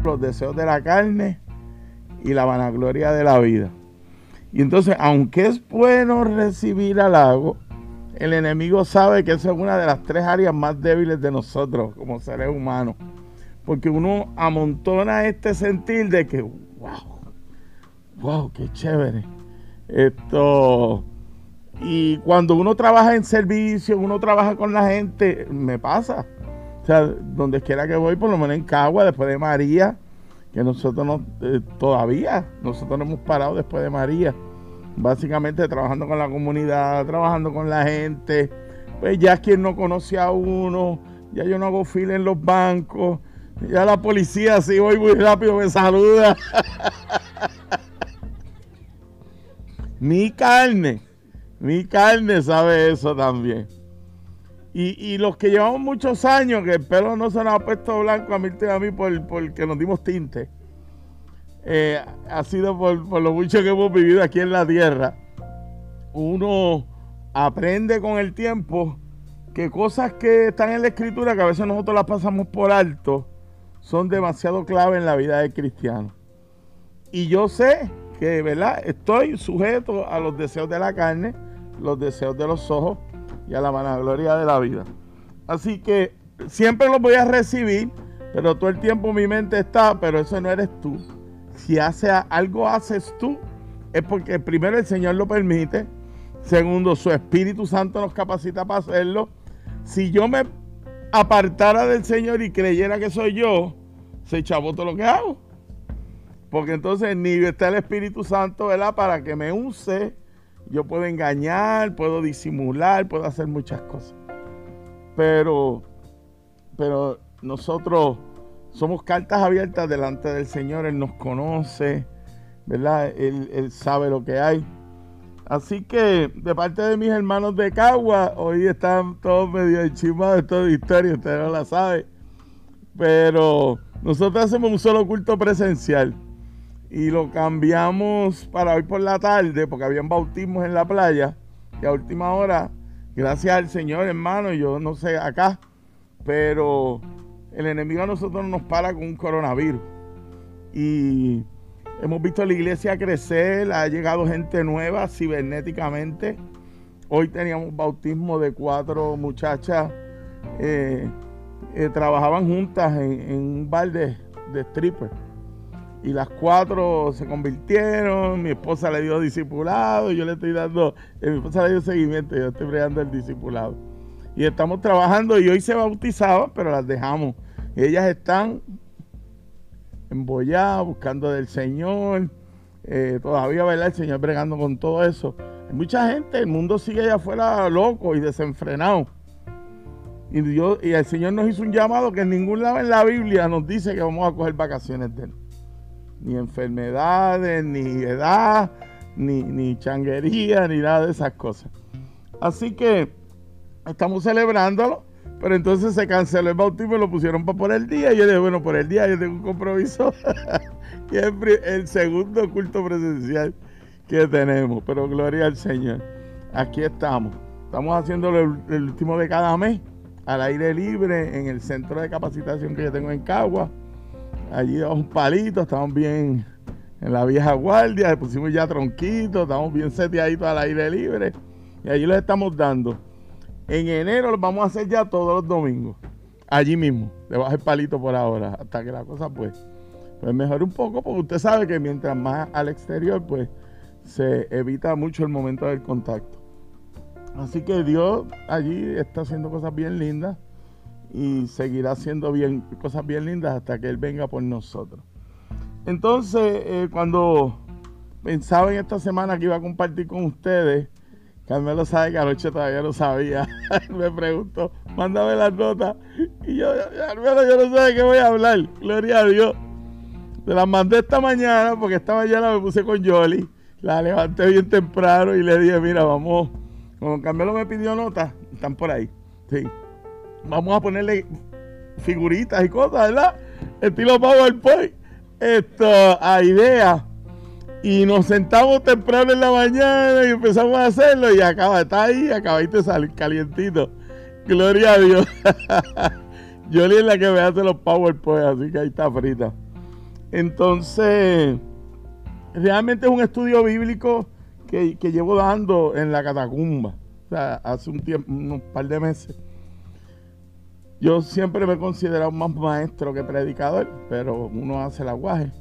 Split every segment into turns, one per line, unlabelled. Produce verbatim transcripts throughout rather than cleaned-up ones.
los deseos de la carne y la vanagloria de la vida. Y entonces, aunque es bueno recibir halago, el enemigo sabe que esa es una de las tres áreas más débiles de nosotros como seres humanos. Porque uno amontona este sentir de que, wow, wow, qué chévere. Esto, y cuando uno trabaja en servicio, uno trabaja con la gente, me pasa. O sea, donde quiera que voy, por lo menos en Cagua, después de María, que nosotros no, eh, todavía, nosotros no hemos parado después de María. Básicamente trabajando con la comunidad, trabajando con la gente. Pues ya quien no conoce a uno, ya yo no hago fila en los bancos, ya la policía, si voy muy rápido, me saluda. Mi carne, mi carne sabe eso también. Y, y los que llevamos muchos años, que el pelo no se nos ha puesto blanco a mí y a mí por, porque nos dimos tinte, eh, ha sido por, por lo mucho que hemos vivido aquí en la tierra. Uno aprende con el tiempo que cosas que están en la escritura, que a veces nosotros las pasamos por alto, son demasiado clave en la vida del cristiano. Y yo sé que, ¿verdad?, estoy sujeto a los deseos de la carne, los deseos de los ojos y a la vanagloria de la vida. Así que siempre los voy a recibir, pero todo el tiempo mi mente está, pero eso no eres tú. Si hace algo haces tú, es porque primero el Señor lo permite, segundo su Espíritu Santo nos capacita para hacerlo. Si yo me apartara del Señor y creyera que soy yo, se chavó todo lo que hago. Porque entonces ni está el Espíritu Santo, ¿verdad?, para que me use. Yo puedo engañar, puedo disimular, puedo hacer muchas cosas. Pero, pero nosotros somos cartas abiertas delante del Señor. Él nos conoce, ¿verdad? Él, él sabe lo que hay. Así que, de parte de mis hermanos de Cagua, hoy están todos medio enchismados de toda historia, ustedes no la saben. Pero nosotros hacemos un solo culto presencial. Y lo cambiamos para hoy por la tarde, porque habían bautismos en la playa. Y a última hora, gracias al Señor, hermano, yo no sé acá, pero el enemigo a nosotros nos para con un coronavirus. Y hemos visto la iglesia crecer, ha llegado gente nueva cibernéticamente. Hoy teníamos bautismo de cuatro muchachas, eh, eh, trabajaban juntas en, en un bar de, de stripper. Y las cuatro se convirtieron, mi esposa le dio discipulado, yo le estoy dando, eh, mi esposa le dio seguimiento, yo estoy bregando el discipulado. Y estamos trabajando y hoy se bautizaban, pero las dejamos. Ellas están embolladas, buscando del Señor, eh, todavía, ¿verdad?, el Señor bregando con todo eso. Hay mucha gente, el mundo sigue allá afuera loco y desenfrenado. Y, Dios, y el Señor nos hizo un llamado que en ningún lado en la Biblia nos dice que vamos a coger vacaciones de Él. Ni enfermedades, ni edad, ni, ni changuería, ni nada de esas cosas. Así que estamos celebrándolo, pero entonces se canceló el bautismo y lo pusieron para por el día. Y yo dije, bueno, por el día yo tengo un compromiso. Y es el segundo culto presencial que tenemos, pero gloria al Señor. Aquí estamos. Estamos haciéndolo el, el último de cada mes, al aire libre, en el centro de capacitación que yo tengo en Cagua. Allí damos un palito, estamos bien en la vieja guardia, le pusimos ya tronquitos, estamos bien seteaditos al aire libre y allí les estamos dando. En enero los vamos a hacer ya todos los domingos, allí mismo, debajo del palito por ahora, hasta que la cosa pues, pues mejore un poco, porque usted sabe que mientras más al exterior pues se evita mucho el momento del contacto. Así que Dios allí está haciendo cosas bien lindas. Y seguirá haciendo bien, cosas bien lindas hasta que Él venga por nosotros. Entonces, eh, cuando pensaba en esta semana que iba a compartir con ustedes, Carmelo sabe que anoche todavía no sabía. Me preguntó, mándame las notas. Y yo, Carmelo, yo no sé de qué voy a hablar. Gloria a Dios. Se las mandé esta mañana, porque esta mañana me puse con Yoli. La levanté bien temprano y le dije, mira, vamos. Como Carmelo me pidió notas, están por ahí. Sí. Vamos a ponerle figuritas y cosas, ¿verdad? Estilo PowerPoint. Esto, a ideas. Y nos sentamos temprano en la mañana y empezamos a hacerlo. Y acaba de estar ahí, acabáis de salir calientito. Gloria a Dios. Yoli es la que me hace los PowerPoint, así que ahí está frita. Entonces, realmente es un estudio bíblico que, que llevo dando en la catacumba. O sea, hace un tiempo, unos par de meses. Yo siempre me he considerado más maestro que predicador, pero uno hace el aguaje.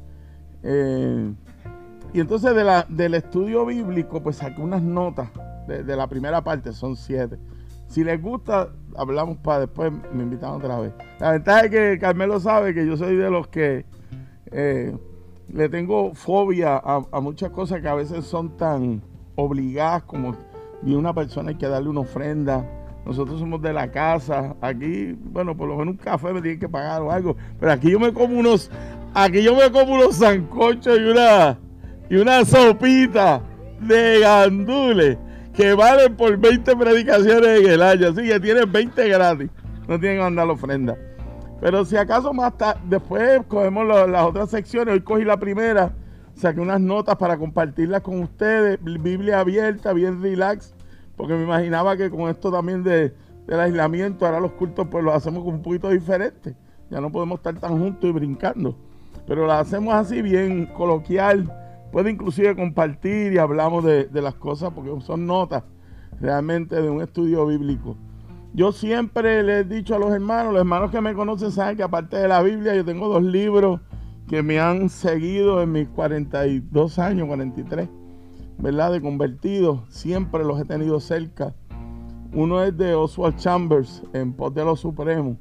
Eh, y entonces de la, del estudio bíblico, pues saqué unas notas de, de la primera parte, son siete. Si les gusta, hablamos para después, me invitan otra vez. La ventaja es que Carmelo sabe que yo soy de los que eh, le tengo fobia a, a muchas cosas que a veces son tan obligadas como y una persona hay que darle una ofrenda. Nosotros somos de la casa. Aquí, bueno, por lo menos un café me tienen que pagar o algo. Pero aquí yo me como unos, aquí yo me como unos sancochos y una, y una sopita de gandules que valen por veinte predicaciones en el año. Así que tienen veinte gratis. No tienen que mandar la ofrenda. Pero si acaso más tarde, después cogemos lo, las otras secciones. Hoy cogí la primera. Saqué unas notas para compartirlas con ustedes. Biblia abierta, bien relax. Porque me imaginaba que con esto también de, del aislamiento, ahora los cultos pues los hacemos un poquito diferente. Ya no podemos estar tan juntos y brincando. Pero lo hacemos así bien coloquial. Puede inclusive compartir y hablamos de, de las cosas porque son notas realmente de un estudio bíblico. Yo siempre les he dicho a los hermanos, los hermanos que me conocen saben que aparte de la Biblia yo tengo dos libros que me han seguido en mis cuarenta y dos años, cuarenta y tres. ¿Verdad? De convertidos, siempre los he tenido cerca. Uno es de Oswald Chambers, En pos de lo supremo.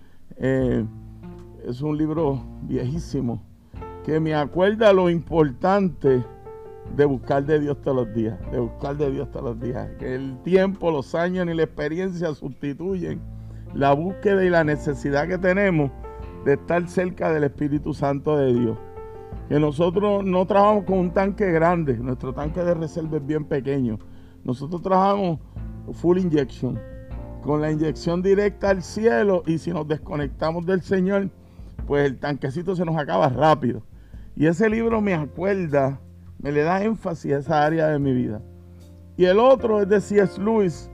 Eh, es un libro viejísimo que me acuerda lo importante de buscar de Dios todos los días, de buscar de Dios todos los días. Que el tiempo, los años ni la experiencia sustituyen la búsqueda y la necesidad que tenemos de estar cerca del Espíritu Santo de Dios. Que nosotros no trabajamos con un tanque grande, nuestro tanque de reserva es bien pequeño. Nosotros trabajamos full injection, con la inyección directa al cielo, y si nos desconectamos del Señor, pues el tanquecito se nos acaba rápido. Y ese libro me acuerda, me le da énfasis a esa área de mi vida. Y el otro es de C S Lewis,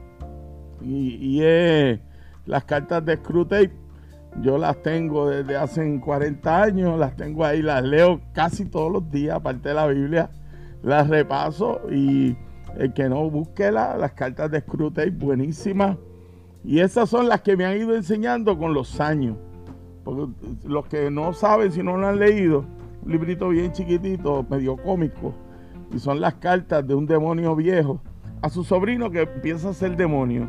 y, y es las cartas de Screwtape. Yo las tengo desde hace cuarenta años, las tengo ahí, las leo casi todos los días, aparte de la Biblia, las repaso, y el que no busque la, las cartas de Screwtape, buenísimas. Y esas son las que me han ido enseñando con los años. Porque los que no saben, si no lo han leído, un librito bien chiquitito, medio cómico, y son las cartas de un demonio viejo a su sobrino que empieza a ser demonio.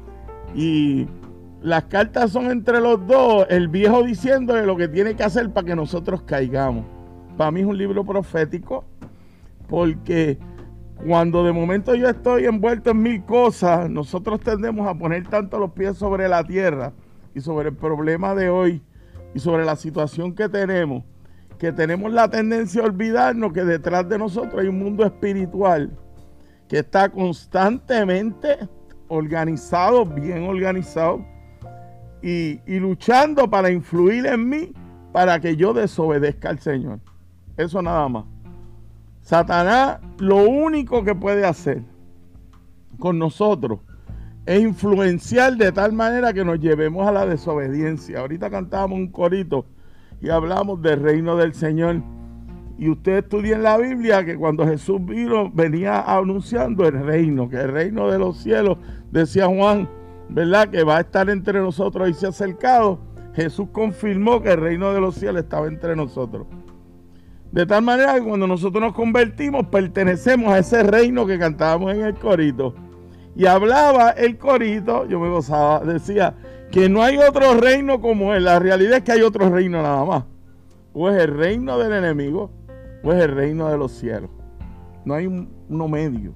Y las cartas son entre los dos, el viejo diciéndole lo que tiene que hacer para que nosotros caigamos. Para mí es un libro profético, porque cuando de momento yo estoy envuelto en mil cosas, nosotros tendemos a poner tanto los pies sobre la tierra y sobre el problema de hoy y sobre la situación que tenemos, que tenemos la tendencia a olvidarnos que detrás de nosotros hay un mundo espiritual que está constantemente organizado, bien organizado, Y, y luchando para influir en mí para que yo desobedezca al Señor. Eso nada más. Satanás lo único que puede hacer con nosotros es influenciar de tal manera que nos llevemos a la desobediencia. Ahorita cantábamos un corito y hablamos del reino del Señor. Y usted estudia en la Biblia que cuando Jesús vino, venía anunciando el reino, que el reino de los cielos, decía Juan, ¿verdad?, que va a estar entre nosotros y se ha acercado. Jesús confirmó que el reino de los cielos estaba entre nosotros. De tal manera que cuando nosotros nos convertimos, pertenecemos a ese reino que cantábamos en el corito. Y hablaba el corito, yo me gozaba, decía que no hay otro reino como él. La realidad es que hay otro reino nada más. O es el reino del enemigo, o es el reino de los cielos. No hay un, uno medio.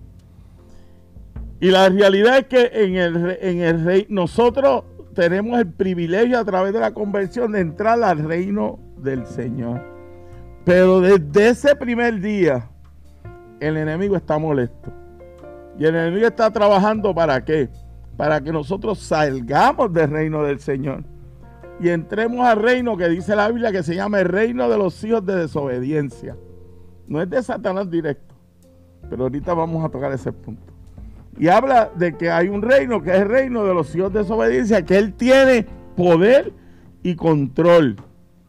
Y la realidad es que en el, en el rey, nosotros tenemos el privilegio a través de la conversión de entrar al reino del Señor. Pero desde ese primer día, el enemigo está molesto. Y el enemigo está trabajando ¿para qué? Para que nosotros salgamos del reino del Señor y entremos al reino que dice la Biblia que se llama el reino de los hijos de desobediencia. No es de Satanás directo, pero ahorita vamos a tocar ese punto. Y habla de que hay un reino que es el reino de los hijos de desobediencia, que él tiene poder y control.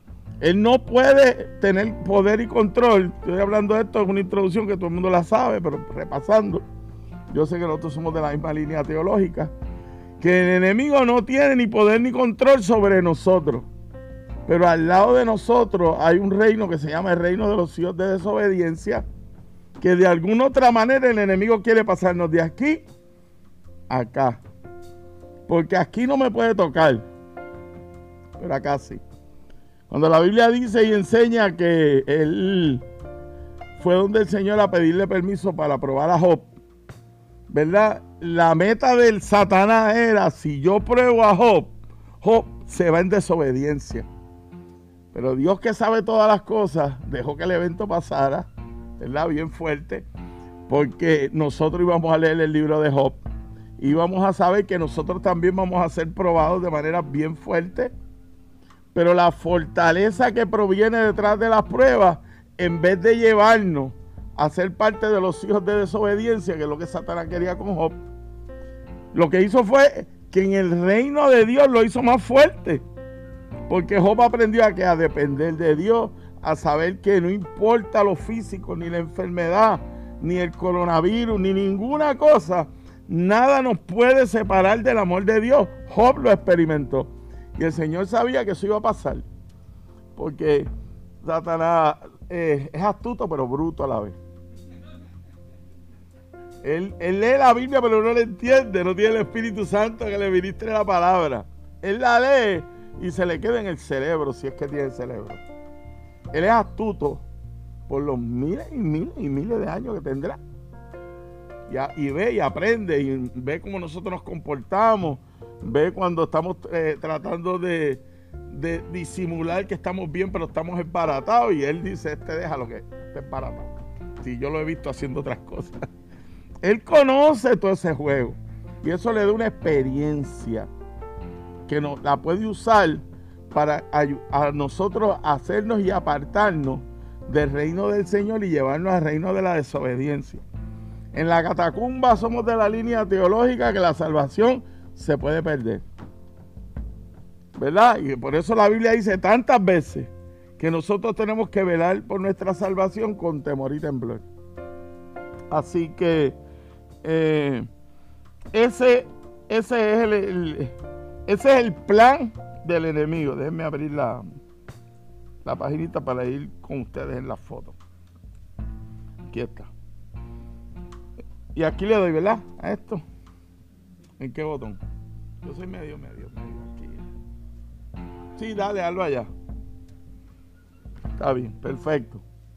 Él no puede tener poder y control. Estoy hablando de esto, es una introducción que todo el mundo la sabe, pero repasando. Yo sé que nosotros somos de la misma línea teológica. Que el enemigo no tiene ni poder ni control sobre nosotros. Pero al lado de nosotros hay un reino que se llama el reino de los hijos de desobediencia, que de alguna otra manera el enemigo quiere pasarnos de aquí a acá. Porque aquí no me puede tocar, pero acá sí. Cuando la Biblia dice y enseña que él fue donde el Señor a pedirle permiso para probar a Job, ¿verdad? La meta del Satanás era, si yo pruebo a Job, Job se va en desobediencia. Pero Dios, que sabe todas las cosas, dejó que el evento pasara, ¿verdad? Bien fuerte, porque nosotros íbamos a leer el libro de Job. Íbamos a saber que nosotros también vamos a ser probados de manera bien fuerte. Pero la fortaleza que proviene detrás de las pruebas, en vez de llevarnos a ser parte de los hijos de desobediencia, que es lo que Satanás quería con Job, lo que hizo fue que en el reino de Dios lo hizo más fuerte. Porque Job aprendió a, que a depender de Dios, a saber que no importa lo físico, ni la enfermedad, ni el coronavirus, ni ninguna cosa, nada nos puede separar del amor de Dios. Job lo experimentó. Y el Señor sabía que eso iba a pasar. Porque Satanás eh, es astuto pero bruto a la vez. Él, él lee la Biblia pero no la entiende. No tiene el Espíritu Santo que le ministre la palabra. Él la lee y se le queda en el cerebro, si es que tiene el cerebro. Él es astuto por los miles y miles y miles de años que tendrá. Y, y ve y aprende y ve cómo nosotros nos comportamos. Ve cuando estamos eh, tratando de, de disimular que estamos bien, pero estamos embaratados. Y él dice, este déjalo que esté embaratado. Si yo lo he visto haciendo otras cosas. Él conoce todo ese juego. Y eso le da una experiencia que nos, la puede usar para a, a nosotros hacernos y apartarnos del reino del Señor y llevarnos al reino de la desobediencia. En la catacumba somos de la línea teológica que la salvación se puede perder, ¿verdad? Y por eso la Biblia dice tantas veces que nosotros tenemos que velar por nuestra salvación con temor y temblor. Así que eh, ese, ese, es el, el, ese es el plan del enemigo. Déjenme abrir la, la paginita para ir con ustedes en la foto. Aquí está. Y aquí le doy, ¿verdad? A esto. ¿En qué botón? Yo soy medio, medio, medio aquí. Sí, dale, hazlo allá. Está bien, perfecto.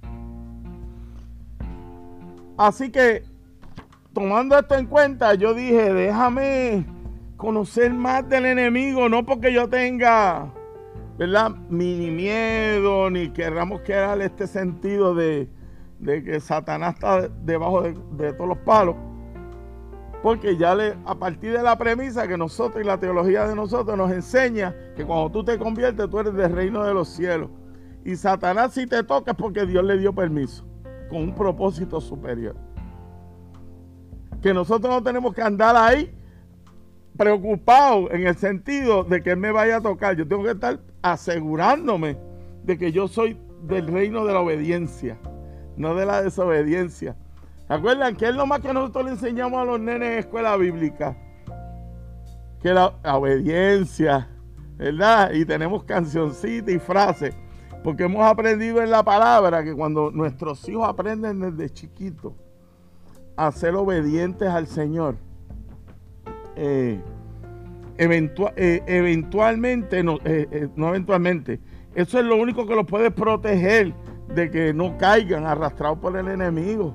Así que, tomando esto en cuenta, yo dije, déjame conocer más del enemigo, no porque yo tenga, ¿verdad?, ni miedo, ni queramos crear este sentido de, de que Satanás está debajo de, de todos los palos. Porque ya le, a partir de la premisa que nosotros y la teología de nosotros nos enseña que cuando tú te conviertes, tú eres del reino de los cielos. Y Satanás, si te toca, es porque Dios le dio permiso, con un propósito superior. Que nosotros no tenemos que andar ahí preocupados en el sentido de que Él me vaya a tocar. Yo tengo que estar asegurándome de que yo soy del reino de la obediencia, no de la desobediencia. ¿Se acuerdan que es lo más que nosotros le enseñamos a los nenes en escuela bíblica? Que la, la obediencia, ¿verdad? Y tenemos cancioncitas y frases, porque hemos aprendido en la palabra que cuando nuestros hijos aprenden desde chiquitos a ser obedientes al Señor, eh, eventual, eh, eventualmente, no, eh, eh, no eventualmente, eso es lo único que los puede proteger de que no caigan arrastrados por el enemigo.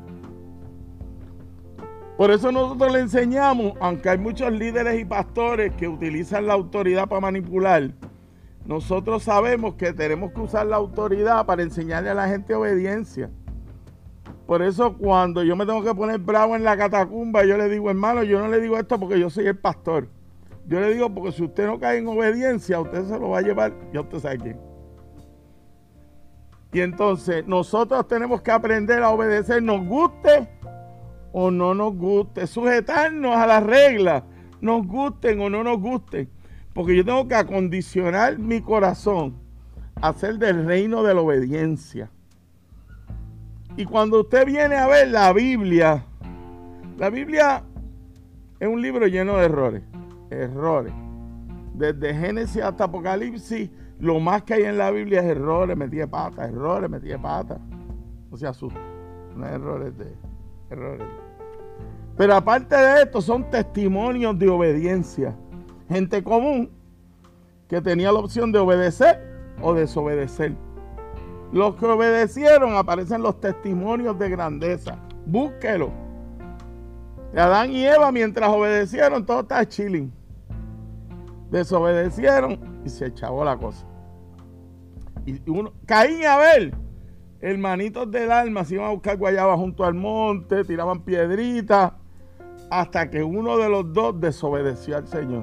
Por eso nosotros le enseñamos, aunque hay muchos líderes y pastores que utilizan la autoridad para manipular, nosotros sabemos que tenemos que usar la autoridad para enseñarle a la gente obediencia. Por eso cuando yo me tengo que poner bravo en la catacumba, yo le digo, hermano, yo no le digo esto porque yo soy el pastor. Yo le digo porque si usted no cae en obediencia, usted se lo va a llevar, ya usted sabe quién. Y entonces nosotros tenemos que aprender a obedecer, nos guste o no nos guste, sujetarnos a las reglas, nos gusten o no nos gusten, porque yo tengo que acondicionar mi corazón a ser del reino de la obediencia. Y cuando usted viene a ver la Biblia, la Biblia es un libro lleno de errores, errores. Desde Génesis hasta Apocalipsis, lo más que hay en la Biblia es errores, metí de pata, errores, metí de pata. No se asuste, no es errores de errores. Pero aparte de esto, son testimonios de obediencia. Gente común que tenía la opción de obedecer o desobedecer. Los que obedecieron, aparecen los testimonios de grandeza. Búsquelo. Adán y Eva, mientras obedecieron, todo está chilling. Desobedecieron y se echabó la cosa. Y uno, Caín y Abel, hermanitos del alma, se iban a buscar guayaba junto al monte, tiraban piedritas, hasta que uno de los dos desobedeció al Señor.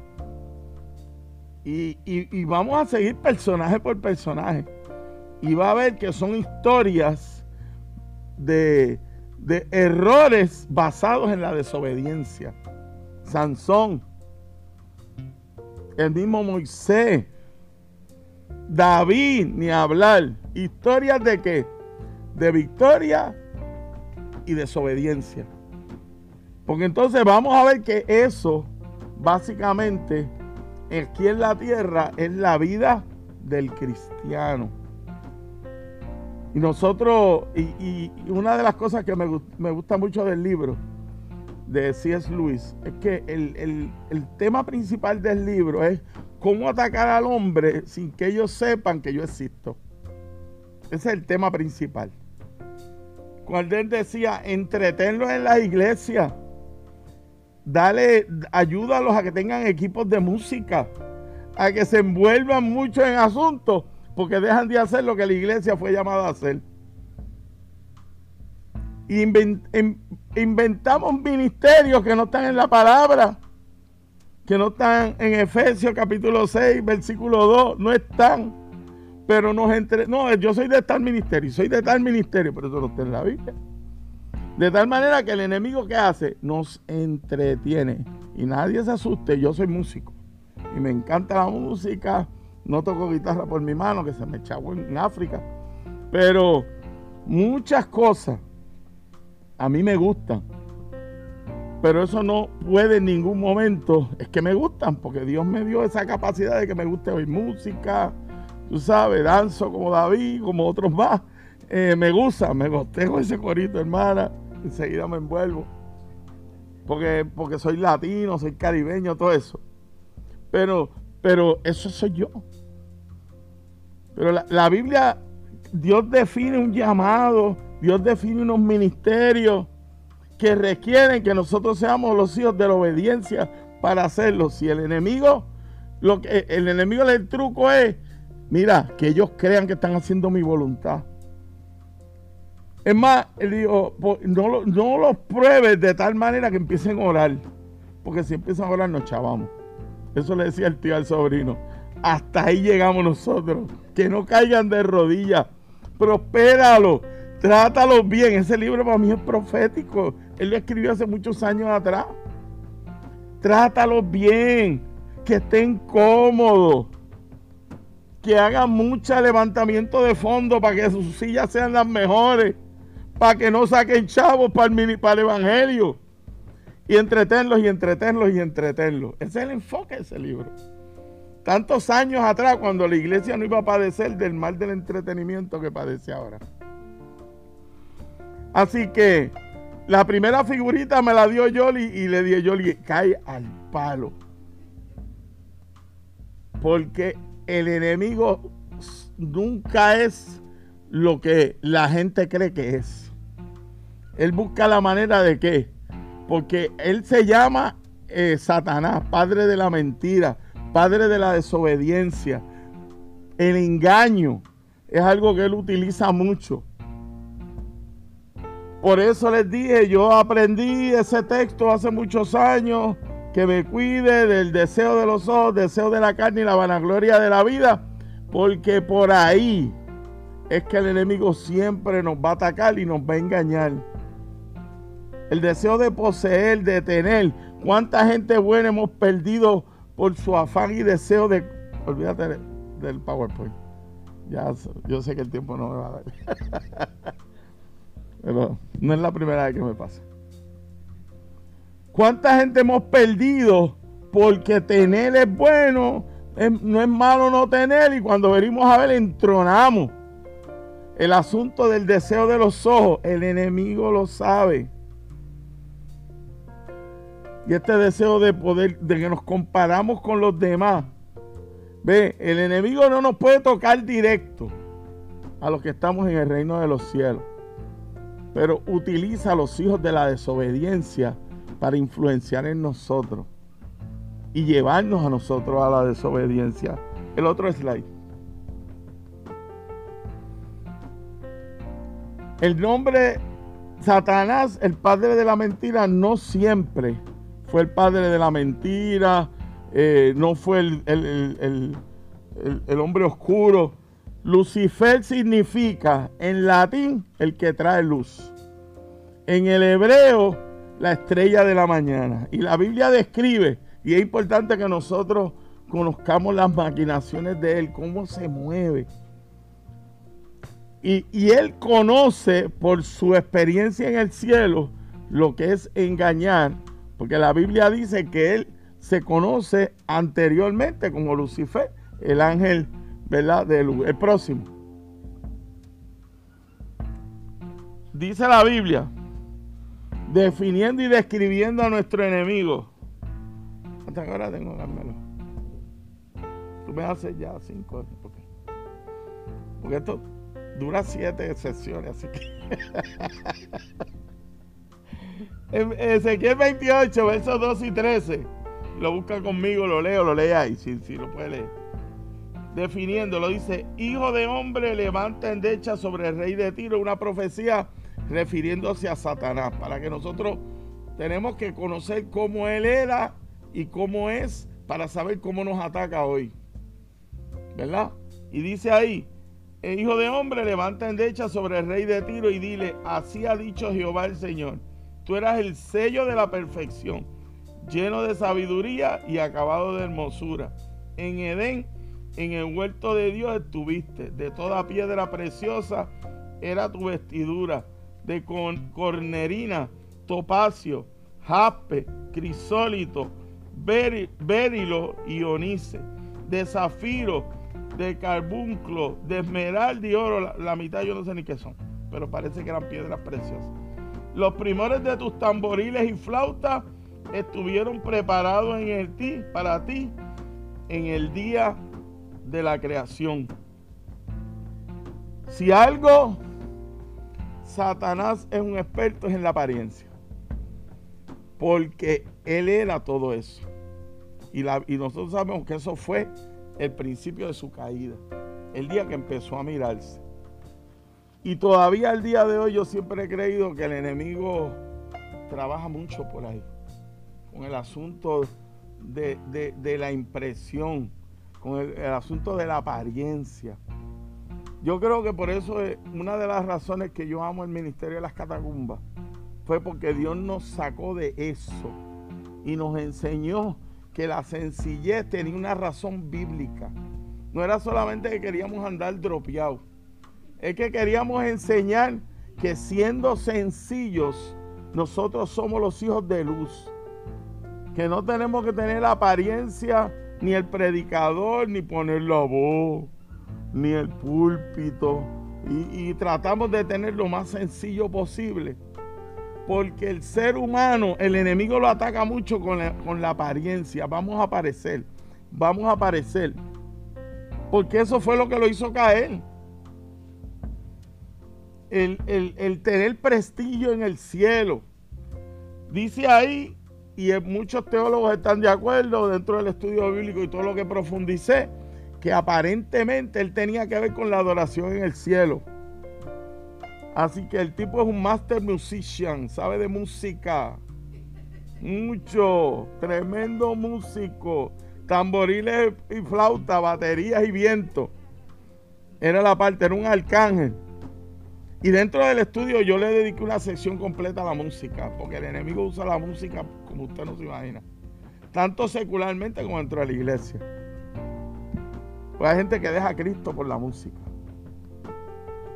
Y, y, y vamos a seguir personaje por personaje. Y va a ver que son historias de, de errores basados en la desobediencia. Sansón, el mismo Moisés, David, ni hablar. Historias de qué? De victoria y desobediencia. Porque entonces vamos a ver que eso, básicamente, aquí en la tierra, es la vida del cristiano. Y nosotros, y, y una de las cosas que me, me gusta mucho del libro de C S Lewis, es que el, el, el tema principal del libro es cómo atacar al hombre sin que ellos sepan que yo existo. Ese es el tema principal. Cuando él decía, entretenlos en las iglesias, dale, ayúdalos a que tengan equipos de música, a que se envuelvan mucho en asuntos, porque dejan de hacer lo que la iglesia fue llamada a hacer. Invent, inventamos ministerios que no están en la palabra, que no están en Efesios capítulo seis, versículo dos, no están. Pero nos entre... No, yo soy de tal ministerio, soy de tal ministerio, pero eso no está en la Biblia. De tal manera que el enemigo, ¿qué hace? Nos entretiene. Y nadie se asuste, yo soy músico. Y me encanta la música. No toco guitarra por mi mano, que se me echó en África. Pero muchas cosas a mí me gustan. Pero eso no puede en ningún momento, es que me gustan, porque Dios me dio esa capacidad de que me guste oír música. Tú sabes, danzo como David, como otros más. Eh, me gusta, me gostejo ese corito, hermana. Enseguida me envuelvo. Porque, porque soy latino, soy caribeño, todo eso. Pero, pero eso soy yo. Pero la, la Biblia, Dios define un llamado, Dios define unos ministerios que requieren que nosotros seamos los hijos de la obediencia para hacerlo. Si el enemigo, lo que el enemigo del truco es, mira, que ellos crean que están haciendo mi voluntad. Es más, él dijo, no, no los pruebes de tal manera que empiecen a orar. Porque si empiezan a orar nos chavamos. Eso le decía el tío al sobrino. Hasta ahí llegamos nosotros. Que no caigan de rodillas. Prospéralo. Trátalos bien. Ese libro para mí es profético. Él lo escribió hace muchos años atrás. Trátalos bien. Que estén cómodos. Que hagan mucho levantamiento de fondo para que sus sillas sean las mejores. Para que no saquen chavos para el, mini, para el evangelio. Y entretenlos y entretenlos y entretenlos. Ese es el enfoque de ese libro. Tantos años atrás, cuando la iglesia no iba a padecer del mal del entretenimiento que padece ahora. Así que la primera figurita me la dio Yoli y le di a Yoli, cae al palo. Porque el enemigo nunca es lo que la gente cree que es. Él busca la manera de qué. Porque él se llama eh, Satanás, padre de la mentira, padre de la desobediencia. El engaño es algo que él utiliza mucho. Por eso les dije, yo aprendí ese texto hace muchos años, que me cuide del deseo de los ojos, deseo de la carne y la vanagloria de la vida, porque por ahí es que el enemigo siempre nos va a atacar y nos va a engañar. El deseo de poseer, de tener. ¿Cuánta gente buena hemos perdido por su afán y deseo de... Olvídate del PowerPoint. Ya, yo sé que el tiempo no me va a dar. Pero no es la primera vez que me pasa. ¿Cuánta gente hemos perdido porque tener es bueno? Es, no es malo no tener, y cuando venimos a ver entronamos. El asunto del deseo de los ojos, el enemigo lo sabe. Y este deseo de poder, de que nos comparamos con los demás. Ve, el enemigo no nos puede tocar directo a los que estamos en el reino de los cielos, pero utiliza a los hijos de la desobediencia para influenciar en nosotros y llevarnos a nosotros a la desobediencia. El otro slide. El nombre Satanás, el padre de la mentira, no siempre fue el padre de la mentira, eh, no fue el, el, el, el, el, el hombre oscuro. Lucifer significa en latín el que trae luz. En el hebreo, la estrella de la mañana. Y la Biblia describe, y es importante que nosotros conozcamos las maquinaciones de él, cómo se mueve. Y, y él conoce por su experiencia en el cielo lo que es engañar, porque la Biblia dice que él se conoce anteriormente como Lucifer, el ángel, ¿verdad?, de luz, el próximo. Dice la Biblia, definiendo y describiendo a nuestro enemigo. ¿Hasta qué hora tengo, Carmelo? Tú me haces ya cinco, porque, porque esto dura siete sesiones, así que en Ezequiel veintiocho, versos dos y trece, lo busca conmigo, lo leo, lo lee ahí, si, si lo puede leer. Definiéndolo, dice: hijo de hombre, levanta endecha sobre el rey de Tiro, una profecía refiriéndose a Satanás, para que nosotros tenemos que conocer cómo él era y cómo es, para saber cómo nos ataca hoy, ¿verdad? Y dice ahí: hijo de hombre, levanta endecha sobre el rey de Tiro y dile: así ha dicho Jehová el Señor, tú eras el sello de la perfección, lleno de sabiduría y acabado de hermosura. En Edén, en el huerto de Dios estuviste, de toda piedra preciosa era tu vestidura, de con, cornerina, topacio, jaspe, crisólito, berilo y onice, de zafiro, de carbunclo, de esmeralda y oro. La, la mitad yo no sé ni qué son, pero parece que eran piedras preciosas. Los primores de tus tamboriles y flautas estuvieron preparados en el ti, para ti en el día de la creación. Si algo Satanás es un experto es en la apariencia, porque él era todo eso, y, la, y nosotros sabemos que eso fue el principio de su caída, el día que empezó a mirarse. Y todavía al día de hoy yo siempre he creído que el enemigo trabaja mucho por ahí, con el asunto de, de, de la impresión, con el, el asunto de la apariencia. Yo creo que por eso es una de las razones que yo amo el ministerio de las catacumbas, fue porque Dios nos sacó de eso y nos enseñó que la sencillez tenía una razón bíblica. No era solamente que queríamos andar dropeados, es que queríamos enseñar que siendo sencillos nosotros somos los hijos de luz, que no tenemos que tener la apariencia, ni el predicador, ni poner la voz, ni el púlpito, y, y tratamos de tener lo más sencillo posible, porque el ser humano, el enemigo lo ataca mucho con la, con la apariencia. Vamos a aparecer, vamos a aparecer, porque eso fue lo que lo hizo caer. El, el, el tener prestigio en el cielo. Dice ahí, y muchos teólogos están de acuerdo dentro del estudio bíblico y todo lo que profundicé, que aparentemente él tenía que ver con la adoración en el cielo. Así que el tipo es un master musician, sabe de música, mucho, tremendo músico, tamboriles y flauta, baterías y viento. Era la parte, era un arcángel. Y dentro del estudio yo le dediqué una sección completa a la música, porque el enemigo usa la música como usted no se imagina, tanto secularmente como dentro de la iglesia. Pues hay gente que deja a Cristo por la música.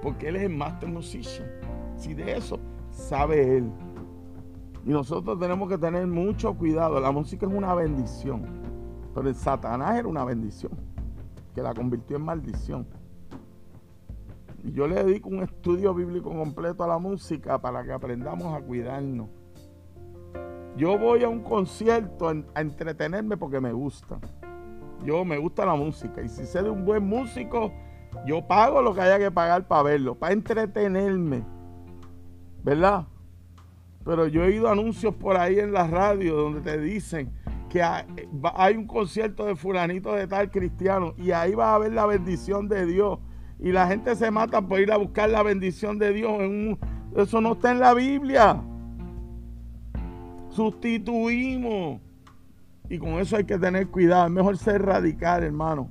porque él es el master musician. Si de eso sabe él. Y nosotros tenemos que tener mucho cuidado. La música es una bendición, pero el Satanás era una bendición, que la convirtió en maldición. Y yo le dedico un estudio bíblico completo a la música para que aprendamos a cuidarnos. Yo voy a un concierto a entretenerme porque me gusta. Yo me gusta la música. Y si sé de un buen músico, yo pago lo que haya que pagar para verlo, para entretenerme. ¿Verdad? Pero yo he oído anuncios por ahí en la radio donde te dicen que hay un concierto de fulanito de tal cristiano y ahí va a haber la bendición de Dios. Y la gente se mata por ir a buscar la bendición de Dios. En un, eso no está en la Biblia. Sustituimos. Y con eso hay que tener cuidado. Es mejor ser radical, hermano.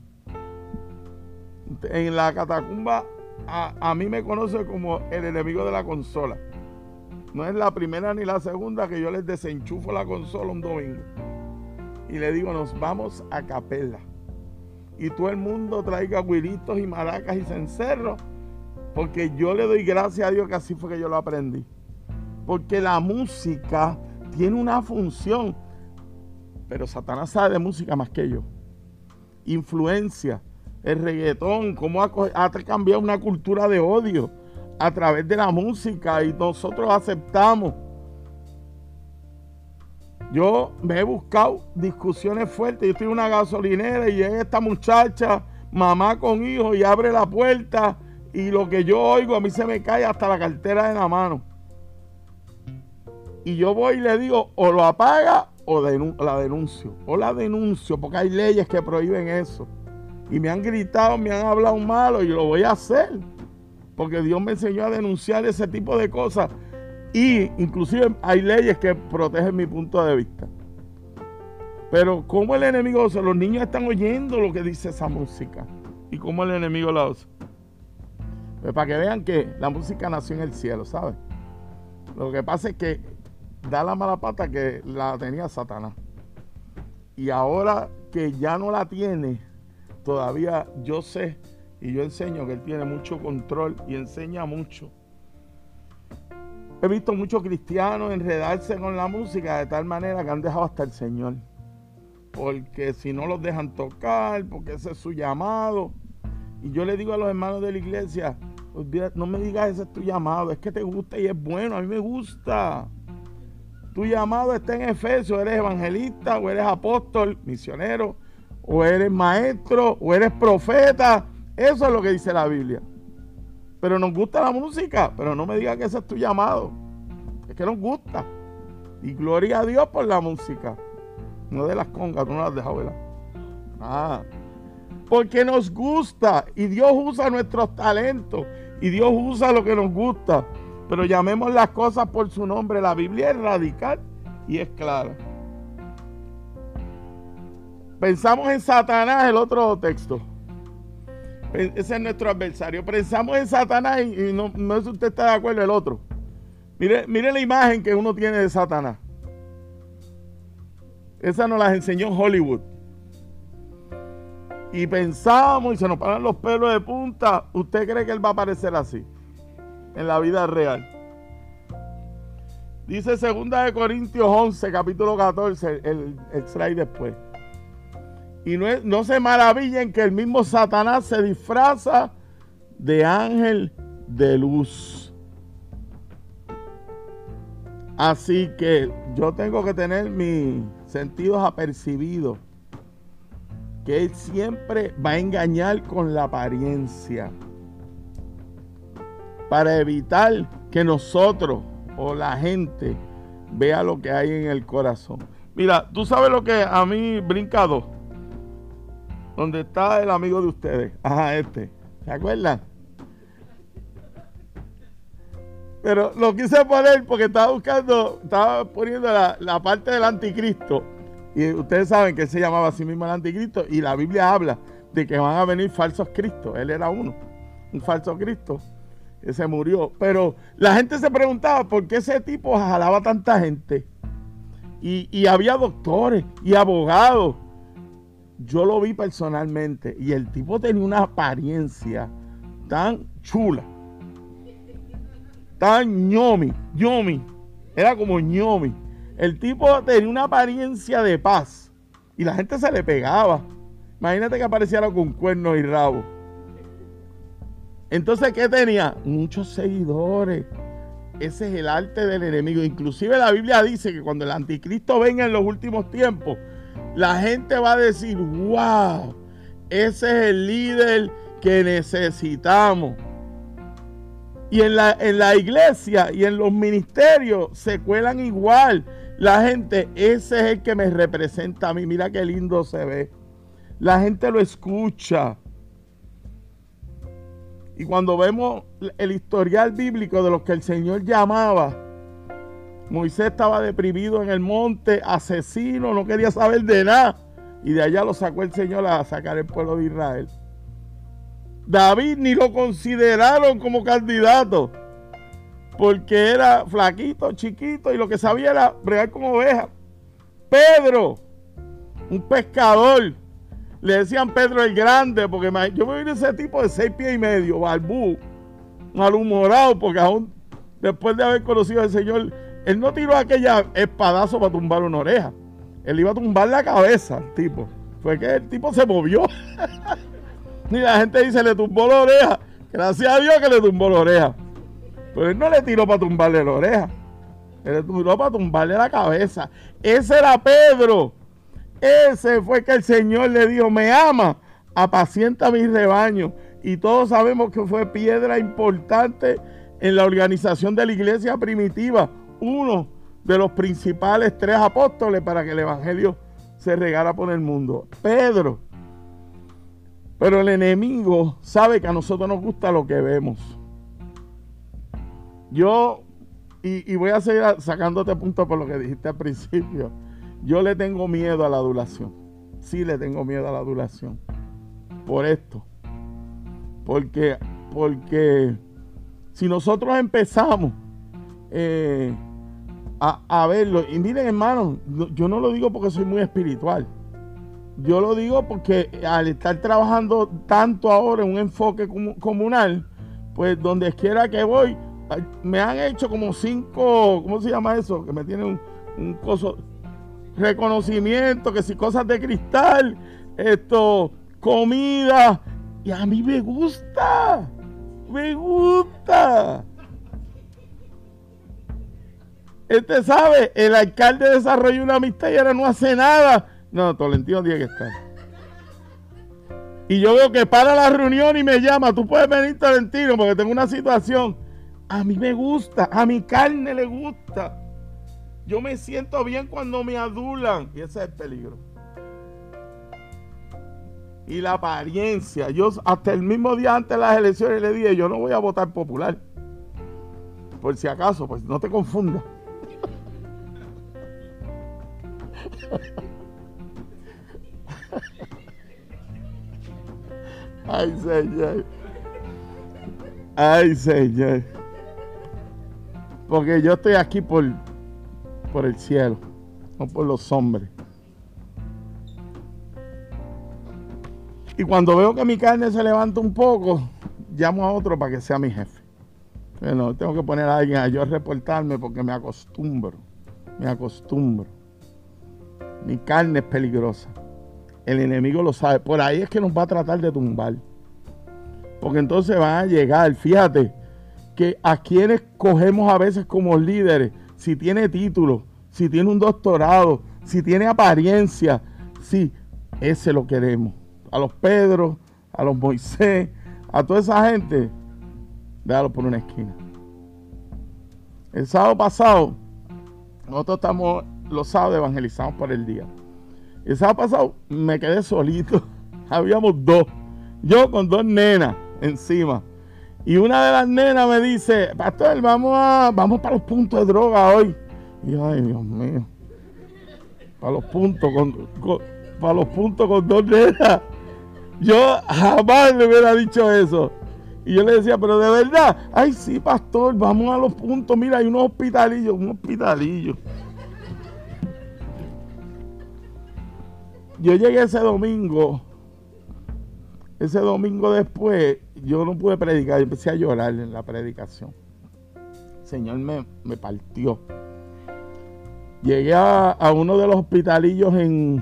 En la catacumba, a, a mí me conoce como el enemigo de la consola. No es la primera ni la segunda que yo les desenchufo la consola un domingo. Y le digo, nos vamos a capela. Y todo el mundo traiga güiritos y maracas y cencerros, porque yo le doy gracias a Dios que así fue que yo lo aprendí. Porque la música tiene una función, pero Satanás sabe de música más que yo. Influencia, el reggaetón, cómo ha, ha cambiado una cultura de odio a través de la música y nosotros aceptamos. Yo me he buscado discusiones fuertes. Yo estoy en una gasolinera y llega esta muchacha, mamá con hijos, y abre la puerta y lo que yo oigo a mí se me cae hasta la cartera de la mano. Y yo voy y le digo, o lo apaga o denun- la denuncio. O la denuncio, porque hay leyes que prohíben eso. Y me han gritado, me han hablado malo y lo voy a hacer. Porque Dios me enseñó a denunciar ese tipo de cosas. Y inclusive hay leyes que protegen mi punto de vista. Pero ¿cómo el enemigo usa? Los niños están oyendo lo que dice esa música. ¿Y cómo el enemigo la usa? Pues para que vean que la música nació en el cielo, ¿sabes? Lo que pasa es que da la mala pata que la tenía Satanás. Y ahora que ya no la tiene, todavía yo sé y yo enseño que él tiene mucho control y enseña mucho. He visto muchos cristianos enredarse con la música de tal manera que han dejado hasta el Señor. Porque si no los dejan tocar, porque ese es su llamado. Y yo le digo a los hermanos de la iglesia, no me digas ese es tu llamado, es que te gusta y es bueno, a mí me gusta. Tu llamado está en Efesios, eres evangelista, o eres apóstol, misionero, o eres maestro, o eres profeta. Eso es lo que dice la Biblia. Pero nos gusta la música, pero no me digas que ese es tu llamado. Es que nos gusta. Y gloria a Dios por la música. No de las congas, tú no las dejas, ¿verdad? Ah, porque nos gusta y Dios usa nuestros talentos y Dios usa lo que nos gusta. Pero llamemos las cosas por su nombre. La Biblia es radical y es clara. Pensamos en Satanás, el otro texto. Ese es nuestro adversario. Pensamos en Satanás y, y no, no sé si usted está de acuerdo el otro. Mire, mire la imagen que uno tiene de Satanás. Esa nos las enseñó en Hollywood. Y pensamos y se nos paran los pelos de punta. ¿Usted cree que él va a aparecer así en la vida real? Dice segunda de Corintios once, capítulo catorce, el, el slide después. Y no, es, no se maravillen que el mismo Satanás se disfraza de ángel de luz. Así que yo tengo que tener mis sentidos apercibidos, que él siempre va a engañar con la apariencia para evitar que nosotros o la gente vea lo que hay en el corazón. Mira, tú sabes lo que a mí brinca dos. ¿Dónde está el amigo de ustedes? Ajá, este. ¿Se acuerdan? Pero lo quise poner porque estaba buscando, estaba poniendo la, la parte del anticristo. Y ustedes saben que él se llamaba así mismo el anticristo. Y la Biblia habla de que van a venir falsos cristos. Él era uno, un falso cristo que se murió. Pero la gente se preguntaba por qué ese tipo jalaba tanta gente. Y, y había doctores y abogados. Yo lo vi personalmente y el tipo tenía una apariencia tan chula, Estaba ñomi, ñomi. Era como ñomi. El tipo tenía una apariencia de paz. Y la gente se le pegaba. Imagínate que apareciera con cuernos y rabo. Entonces, ¿qué tenía? Muchos seguidores. Ese es el arte del enemigo. Inclusive la Biblia dice que cuando el anticristo venga en los últimos tiempos, la gente va a decir, wow, ese es el líder que necesitamos. Y en la, en la iglesia y en los ministerios se cuelan igual. La gente, ese es el que me representa a mí. Mira qué lindo se ve. La gente lo escucha. Y cuando vemos el historial bíblico de los que el Señor llamaba, Moisés estaba deprimido en el monte, asesino, no quería saber de nada. Y de allá lo sacó el Señor a sacar el pueblo de Israel. David ni lo consideraron como candidato, porque era flaquito, chiquito, y lo que sabía era bregar con ovejas. Pedro, un pescador, le decían Pedro el Grande, porque yo me vi ese tipo de seis pies y medio, barbú, malhumorado, porque aún después de haber conocido al Señor, él no tiró aquella espadazo para tumbar una oreja. Él iba a tumbar la cabeza al tipo. Fue que el tipo se movió. Y la gente dice, le tumbó la oreja. Gracias a Dios que le tumbó la oreja. Pero él no le tiró para tumbarle la oreja. Él le tiró para tumbarle la cabeza. Ese era Pedro. Ese fue que el Señor le dijo, me ama, apacienta mis rebaños. Y todos sabemos que fue piedra importante en la organización de la iglesia primitiva. Uno de los principales tres apóstoles para que el evangelio se regara por el mundo. Pedro. Pero el enemigo sabe que a nosotros nos gusta lo que vemos. Yo, y, y voy a seguir sacándote punto por lo que dijiste al principio. Yo le tengo miedo a la adulación. Sí le tengo miedo a la adulación. Por esto. Porque, porque si nosotros empezamos eh, a, a verlo, y miren hermanos, yo no lo digo porque soy muy espiritual. Yo lo digo porque al estar trabajando tanto ahora en un enfoque comunal, pues donde quiera que voy, me han hecho como cinco, ¿cómo se llama eso? Que me tienen un, un coso, reconocimiento, que si cosas de cristal, esto, comida, y a mí me gusta, me gusta. Este sabe, el alcalde desarrolló una amistad y ahora no hace nada. No, Tolentino tiene que estar. Y yo veo que para la reunión y me llama, tú puedes venir, Tolentino, porque tengo una situación. A mí me gusta, a mi carne le gusta. Yo me siento bien cuando me adulan. Y ese es el peligro. Y la apariencia. Yo hasta el mismo día antes de las elecciones le dije, yo no voy a votar popular. Por si acaso, pues no te confundas. Ay, Señor. Ay, Señor. Porque yo estoy aquí por, por el cielo, no por los hombres. Y cuando veo que mi carne se levanta un poco, llamo a otro para que sea mi jefe. Bueno, tengo que poner a alguien a yo reportarme porque me acostumbro. Me acostumbro. Mi carne es peligrosa. El enemigo lo sabe. Por ahí es que nos va a tratar de tumbar. Porque entonces van a llegar, fíjate, que a quienes cogemos a veces como líderes, si tiene título, si tiene un doctorado, si tiene apariencia, sí, ese lo queremos. A los Pedro, a los Moisés, a toda esa gente, déjalo por una esquina. El sábado pasado, nosotros estamos, los sábados evangelizamos por el día. El sábado pasado me quedé solito. Habíamos dos. Yo con dos nenas encima. Y una de las nenas me dice, pastor, vamos a, vamos para los puntos de droga hoy. Y yo, ay, Dios mío. Para los puntos con, con, para los puntos con dos nenas. Yo jamás le hubiera dicho eso. Y yo le decía, pero de verdad, ay, sí, pastor, vamos a los puntos. Mira, hay unos hospitalillos, un hospitalillo. Yo llegué ese domingo, ese domingo después, yo no pude predicar, yo empecé a llorar en la predicación. el Señor me, me partió. Llegué a, a uno de los hospitalillos en,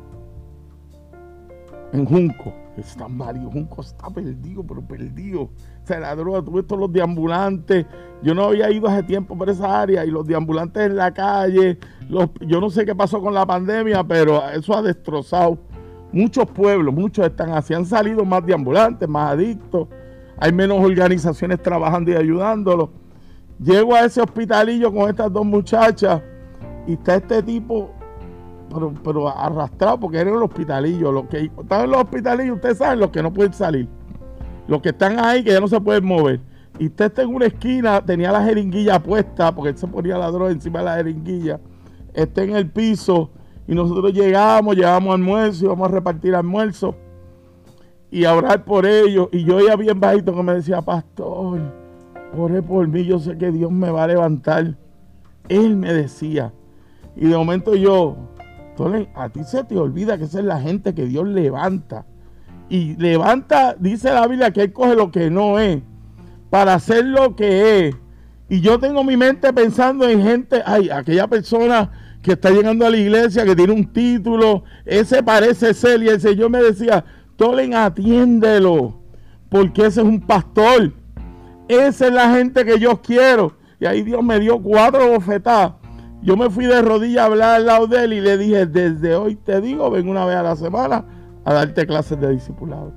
en Junco. Están varios, Junco está perdido, pero perdido. O sea, la droga, tuve todos los deambulantes. Yo no había ido hace tiempo por esa área y los deambulantes en la calle. Los, yo no sé qué pasó con la pandemia, pero eso ha destrozado muchos pueblos. Muchos están así, han salido más deambulantes, más adictos. Hay menos organizaciones trabajando y ayudándolos. Llego a ese hospitalillo con estas dos muchachas y está este tipo, pero, pero arrastrado, porque era el hospitalillo. Los que están en los hospitalillos, ustedes saben, los que no pueden salir. Los que están ahí, que ya no se pueden mover. Y usted está en una esquina, tenía la jeringuilla puesta, porque él se ponía la droga encima de la jeringuilla. Está en el piso, y nosotros llegamos, llevamos almuerzo, y vamos a repartir almuerzo, y a orar por ellos. Y yo oía bien bajito que me decía, pastor, ore por mí, yo sé que Dios me va a levantar. Él me decía. Y de momento yo, Tolen, a ti se te olvida que esa es la gente que Dios levanta. Y levanta, dice la Biblia, que Él coge lo que no es para hacer lo que es. Y yo tengo mi mente pensando en gente, ay, aquella persona que está llegando a la iglesia, que tiene un título, ese parece ser. Y el Señor me decía, Tolen, atiéndelo, porque ese es un pastor. Esa es la gente que yo quiero. Y ahí Dios me dio cuatro bofetadas. Yo me fui de rodillas a hablar al lado de él y le dije, desde hoy te digo, ven una vez a la semana a darte clases de discipulado.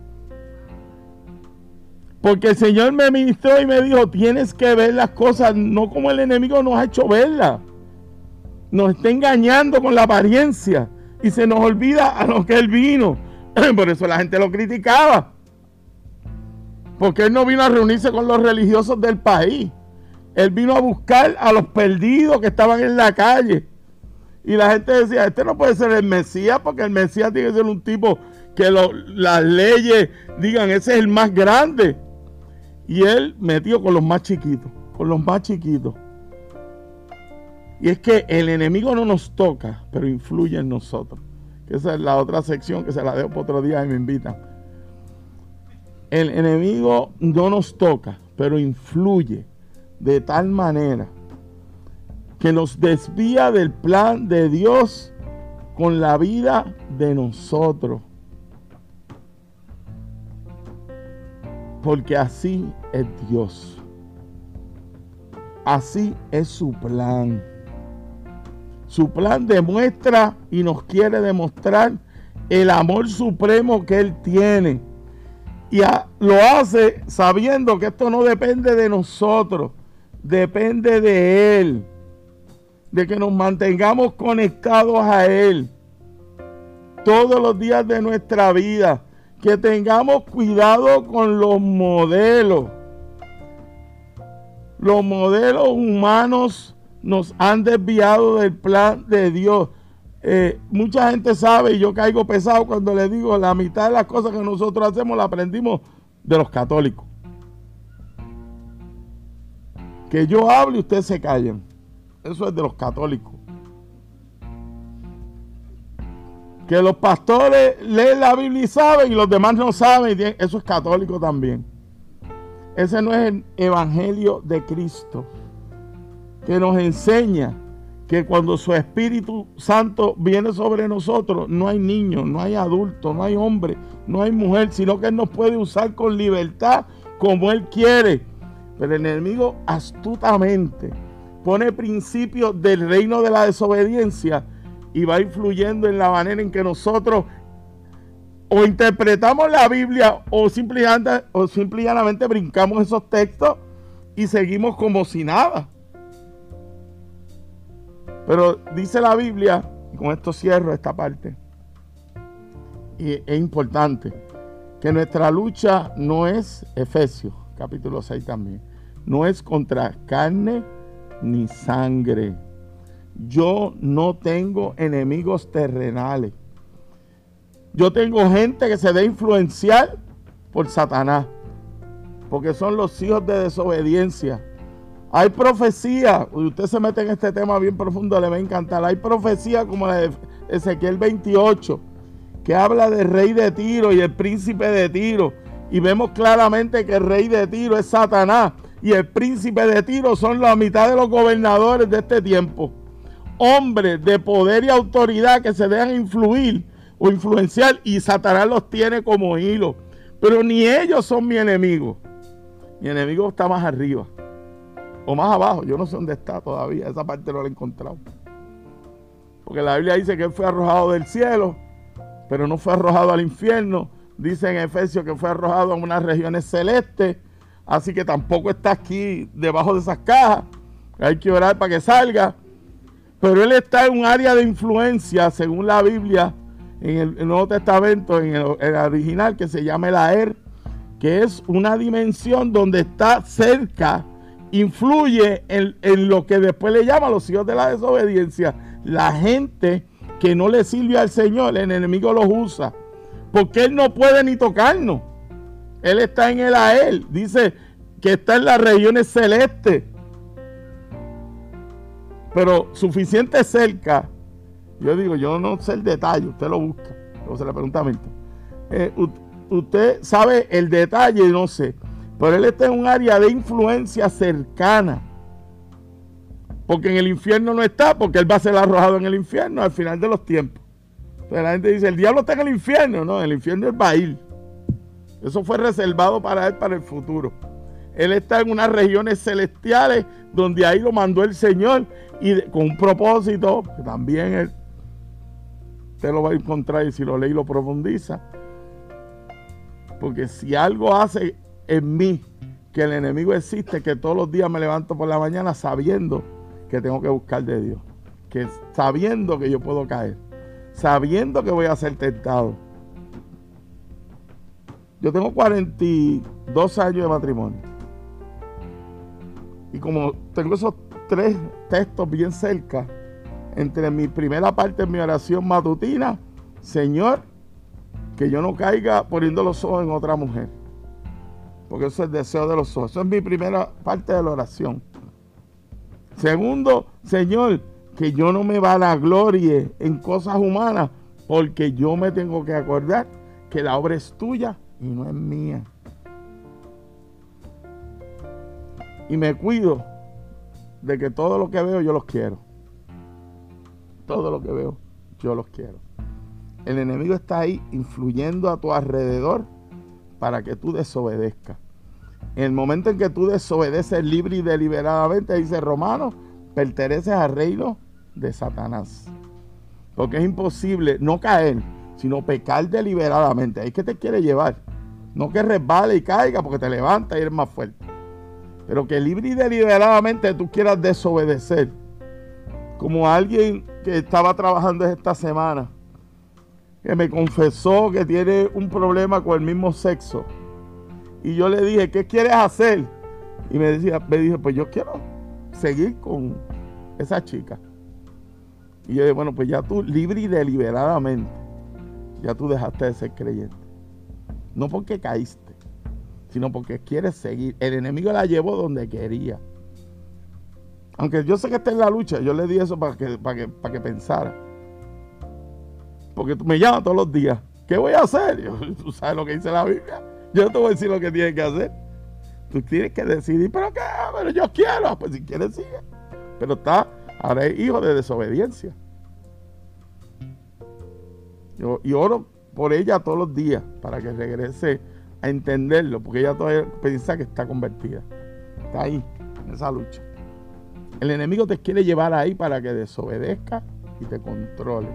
Porque el Señor me ministró y me dijo, tienes que ver las cosas no como el enemigo nos ha hecho verlas. Nos está engañando con la apariencia y se nos olvida a lo que Él vino. Por eso la gente lo criticaba. Porque Él no vino a reunirse con los religiosos del país. Él vino a buscar a los perdidos que estaban en la calle. Y la gente decía, este no puede ser el Mesías, porque el Mesías tiene que ser un tipo que lo, las leyes digan, ese es el más grande. Y él metió con los más chiquitos, con los más chiquitos. Y es que el enemigo no nos toca, pero influye en nosotros. Que esa es la otra sección que se la dejo por otro día y me invitan. El enemigo no nos toca, pero influye de tal manera que nos desvía del plan de Dios con la vida de nosotros. Porque así es Dios. Así es su plan. Su plan demuestra y nos quiere demostrar el amor supremo que Él tiene. Y a, lo hace sabiendo que esto no depende de nosotros. Depende de Él, de que nos mantengamos conectados a Él todos los días de nuestra vida, que tengamos cuidado con los modelos. Los modelos humanos nos han desviado del plan de Dios. Eh, mucha gente sabe, y yo caigo pesado cuando le digo, la mitad de las cosas que nosotros hacemos la aprendimos de los católicos. Que yo hable y ustedes se callen. Eso es de los católicos. Que los pastores leen la Biblia y saben y los demás no saben. Eso es católico también. Ese no es el evangelio de Cristo, que nos enseña que cuando su Espíritu Santo viene sobre nosotros, no hay niños, no hay adultos, no hay hombre, no hay mujer, sino que Él nos puede usar con libertad como Él quiere. Pero el enemigo astutamente pone principios del reino de la desobediencia y va influyendo en la manera en que nosotros o interpretamos la Biblia o simplemente, o simplemente brincamos esos textos y seguimos como si nada. Pero dice la Biblia, y con esto cierro esta parte, y es importante, que nuestra lucha no es, Efesios capítulo seis también, no es contra carne ni sangre. Yo no tengo enemigos terrenales. Yo tengo gente que se debe influenciar por Satanás, porque son los hijos de desobediencia. Hay profecía, usted se mete en este tema bien profundo, le va a encantar. Hay profecía como la de Ezequiel veintiocho, que habla del rey de Tiro y el príncipe de Tiro. Y vemos claramente que el rey de Tiro es Satanás. y el príncipe de Tiro son la mitad de los gobernadores de este tiempo. Hombres de poder y autoridad que se dejan influir o influenciar, y Satanás los tiene como hilo. Pero ni ellos son mi enemigo. Mi enemigo está más arriba o más abajo. Yo no sé dónde está todavía. Esa parte no la he encontrado. Porque la Biblia dice que él fue arrojado del cielo, pero no fue arrojado al infierno. Dice en Efesios que fue arrojado en unas regiones celestes. Así que tampoco está aquí debajo de esas cajas. Hay que orar para que salga. Pero él está en un área de influencia, según la Biblia, en el, el Nuevo Testamento, en el, el original, que se llama el Aer, que es una dimensión donde está cerca, influye en, en lo que después le llama los hijos de la desobediencia. La gente que no le sirve al Señor, el enemigo los usa, porque él no puede ni tocarnos. Él está en el Aer, dice que está en las regiones celestes, pero suficiente cerca. Yo digo, yo no sé el detalle, usted lo busca, luego se le pregunta a Milton. Eh, usted sabe el detalle, no sé, pero él está en un área de influencia cercana, porque en el infierno no está, porque él va a ser arrojado en el infierno al final de los tiempos. Entonces la gente dice, el diablo está en el infierno. No, en el infierno él va a ir. Eso fue reservado para él para el futuro. Él está en unas regiones celestiales donde ahí lo mandó el Señor, y de, con un propósito que también él, usted lo va a encontrar, y si lo lee y lo profundiza. Porque si algo hace en mí que el enemigo existe, que todos los días me levanto por la mañana sabiendo que tengo que buscar de Dios, que sabiendo que yo puedo caer, sabiendo que voy a ser tentado. Yo tengo cuarenta y dos años de matrimonio, y como tengo esos tres textos bien cerca, entre mi primera parte de mi oración matutina, Señor, que yo no caiga poniendo los ojos en otra mujer, porque eso es el deseo de los ojos. Eso es mi primera parte de la oración. Segundo, Señor, que yo no me vanaglorie en cosas humanas, porque yo me tengo que acordar que la obra es tuya y no es mía. Y me cuido de que todo lo que veo yo los quiero. Todo lo que veo yo los quiero. El enemigo está ahí influyendo a tu alrededor para que tú desobedezcas. En el momento en que tú desobedeces libre y deliberadamente, dice Romanos, perteneces al reino de Satanás. Porque es imposible no caer, sino pecar deliberadamente. Ahí es que te quiere llevar. No que resbale y caiga porque te levanta y eres más fuerte. Pero que libre y deliberadamente tú quieras desobedecer. Como alguien que estaba trabajando esta semana, que me confesó que tiene un problema con el mismo sexo. Y yo le dije, ¿qué quieres hacer? Y me decía, me dije, pues yo quiero seguir con esa chica. Y yo dije, bueno, pues ya tú libre y deliberadamente, ya tú dejaste de ser creyente. No porque caíste, sino porque quieres seguir. El enemigo la llevó donde quería. Aunque yo sé que está en la lucha, yo le di eso para que, para que, para que pensara. Porque tú me llamas todos los días. ¿Qué voy a hacer? Yo, tú sabes lo que dice la Biblia. Yo no te voy a decir lo que tienes que hacer. Tú tienes que decidir, ¿pero qué? Pero yo quiero. Pues si quieres, sigue. Pero está, ahora es hijo de desobediencia. Yo, y oro por ella todos los días para que regrese a entenderlo, porque ella todavía piensa que está convertida. Está ahí, en esa lucha. El enemigo te quiere llevar ahí para que desobedezca y te controle.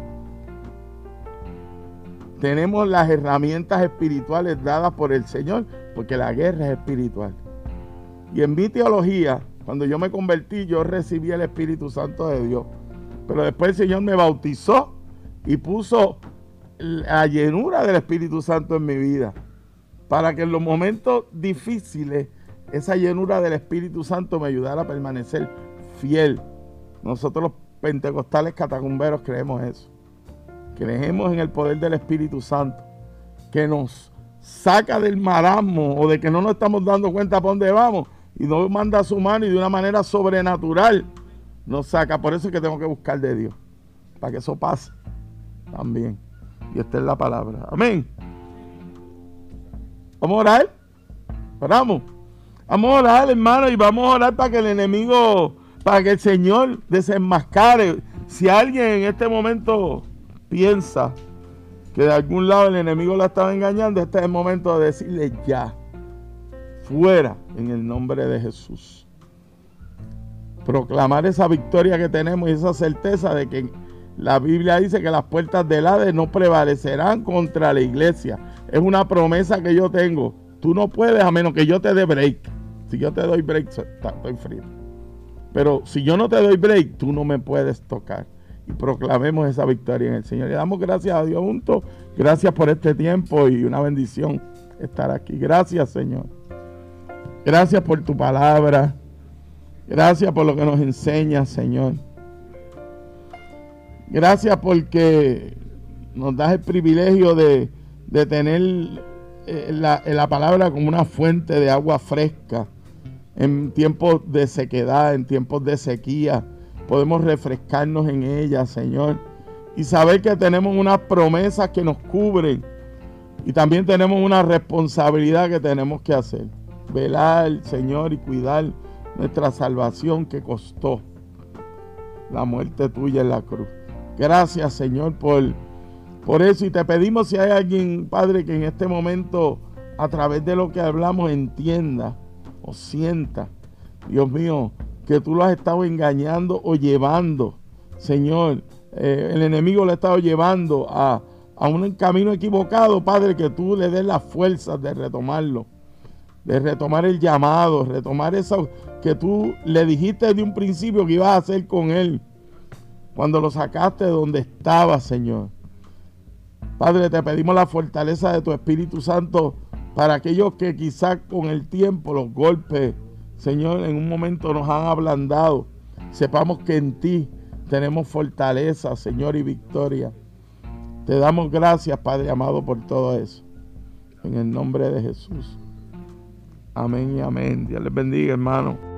Tenemos las herramientas espirituales dadas por el Señor, porque la guerra es espiritual. Y en mi teología, cuando yo me convertí, yo recibí el Espíritu Santo de Dios. Pero después el Señor me bautizó y puso la llenura del Espíritu Santo en mi vida, para que en los momentos difíciles esa llenura del Espíritu Santo me ayudara a permanecer fiel. Nosotros los pentecostales catacumberos creemos eso. Creemos en el poder del Espíritu Santo, que nos saca del marasmo o de que no nos estamos dando cuenta para dónde vamos, y nos manda a su mano y de una manera sobrenatural nos saca. Por eso es que tengo que buscar de Dios, para que eso pase también. Y esta es la palabra. Amén. Vamos a orar. Oramos. Vamos a orar, hermano, y vamos a orar para que el enemigo, para que el Señor desenmascare. Si alguien en este momento piensa que de algún lado el enemigo la estaba engañando, este es el momento de decirle ya, fuera, en el nombre de Jesús. Proclamar esa victoria que tenemos y esa certeza de que la Biblia dice que las puertas del Hades no prevalecerán contra la iglesia. Es una promesa que yo tengo. Tú no puedes a menos que yo te dé break. Si yo te doy break, estoy frío. Pero si yo no te doy break, tú no me puedes tocar. Y proclamemos esa victoria en el Señor. Le damos gracias a Dios juntos. Gracias por este tiempo y una bendición estar aquí. Gracias, Señor. Gracias por tu palabra. Gracias por lo que nos enseñas, Señor. Gracias porque nos das el privilegio de, de tener eh, la, la palabra como una fuente de agua fresca. En tiempos de sequedad, en tiempos de sequía, podemos refrescarnos en ella, Señor. Y saber que tenemos unas promesas que nos cubren. Y también tenemos una responsabilidad que tenemos que hacer. Velar, Señor, y cuidar nuestra salvación que costó la muerte tuya en la cruz. Gracias, Señor, por, por eso. Y te pedimos si hay alguien, Padre, que en este momento, a través de lo que hablamos, entienda o sienta, Dios mío, que tú lo has estado engañando o llevando, Señor, eh, el enemigo lo ha estado llevando a, a un camino equivocado, Padre, que tú le des las fuerzas de retomarlo, de retomar el llamado, retomar eso que tú le dijiste de un principio que ibas a hacer con él, cuando lo sacaste de donde estaba, Señor. Padre, te pedimos la fortaleza de tu Espíritu Santo para aquellos que quizás con el tiempo, los golpes, Señor, en un momento nos han ablandado. Sepamos que en ti tenemos fortaleza, Señor, y victoria. Te damos gracias, Padre amado, por todo eso. En el nombre de Jesús. Amén y amén. Dios les bendiga, hermano.